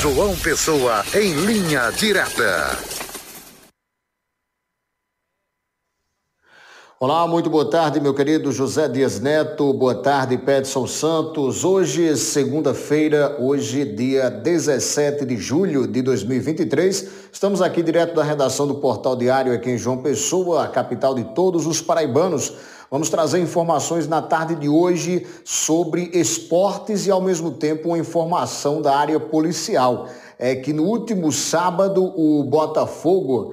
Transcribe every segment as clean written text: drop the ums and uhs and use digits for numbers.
João Pessoa em linha direta. Olá, muito boa tarde, meu querido José Dias Neto, boa tarde, Pedson Santos. Hoje, segunda-feira, dia 17 de julho de 2023, estamos aqui direto da redação do Portal Diário aqui em João Pessoa, a capital de todos os paraibanos. Vamos trazer informações na tarde de hoje sobre esportes e, ao mesmo tempo, uma informação da área policial. É que no último sábado, o Botafogo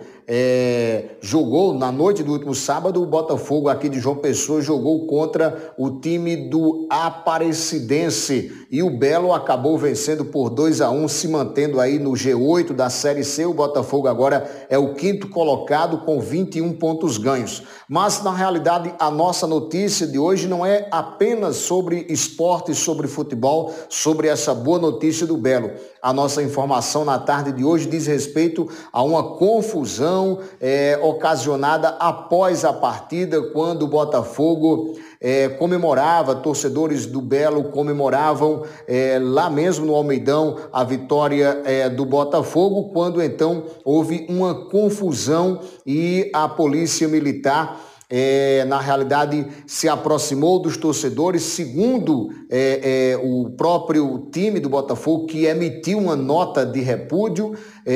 jogou, na noite do último sábado, o Botafogo aqui de João Pessoa jogou contra o time do Aparecidense e o Belo acabou vencendo por 2-1, se mantendo aí no G8 da Série C. O Botafogo agora é o quinto colocado com 21 pontos ganhos. Mas, na realidade, a nossa notícia de hoje não é apenas sobre esporte, sobre futebol, sobre essa boa notícia do Belo. A nossa informação na tarde de hoje diz respeito a uma confusão ocasionada após a partida, quando o Botafogo comemorava, torcedores do Belo comemoravam lá mesmo no Almeidão a vitória do Botafogo, quando então houve uma confusão e a polícia militar na realidade se aproximou dos torcedores, segundo o próprio time do Botafogo, que emitiu uma nota de repúdio,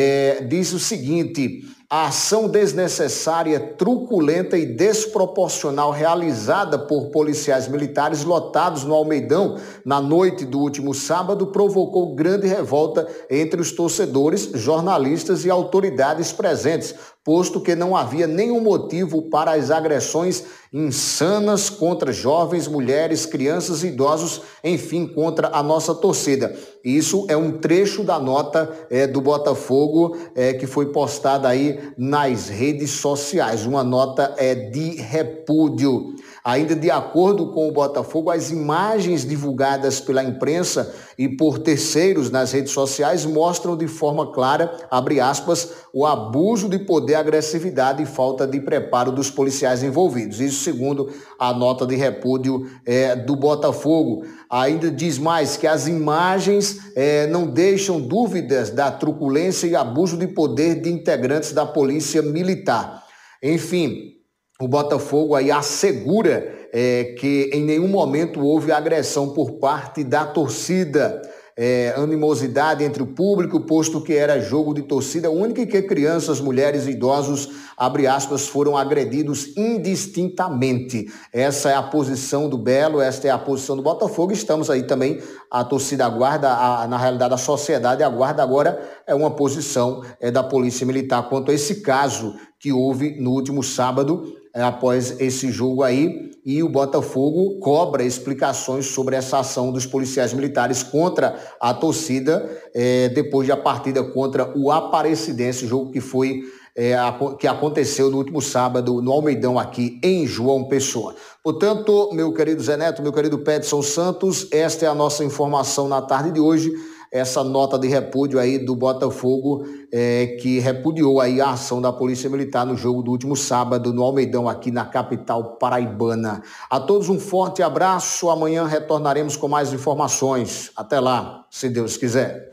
diz o seguinte: a ação desnecessária, truculenta e desproporcional realizada por policiais militares lotados no Almeidão na noite do último sábado provocou grande revolta entre os torcedores, jornalistas e autoridades presentes, posto que não havia nenhum motivo para as agressões insanas contra jovens, mulheres, crianças e idosos, enfim, contra a nossa torcida. Isso é um trecho da nota do Botafogo que foi postada aí nas redes sociais, uma nota de repúdio. Ainda de acordo com o Botafogo, as imagens divulgadas pela imprensa e por terceiros nas redes sociais mostram de forma clara, abre aspas, o abuso de poder, agressividade e falta de preparo dos policiais envolvidos. Isso segundo a nota de repúdio do Botafogo. Ainda diz mais que as imagens não deixam dúvidas da truculência e abuso de poder de integrantes da polícia militar. Enfim, o Botafogo aí assegura que em nenhum momento houve agressão por parte da torcida, animosidade entre o público, posto que era jogo de torcida única e que crianças, mulheres e idosos, abre aspas, foram agredidos indistintamente. Essa é a posição do Belo, esta é a posição do Botafogo. Estamos aí também, a torcida aguarda, na realidade a sociedade aguarda agora uma posição da Polícia Militar quanto a esse caso que houve no último sábado, após esse jogo aí, e o Botafogo cobra explicações sobre essa ação dos policiais militares contra a torcida, depois da partida contra o Aparecidense, jogo que foi que aconteceu no último sábado no Almeidão aqui em João Pessoa. Portanto, meu querido Zé Neto, meu querido Pedson Santos, esta é a nossa informação na tarde de hoje. Essa nota de repúdio aí do Botafogo, que repudiou aí a ação da Polícia Militar no jogo do último sábado no Almeidão, aqui na capital paraibana. A todos um forte abraço, amanhã retornaremos com mais informações. Até lá, se Deus quiser.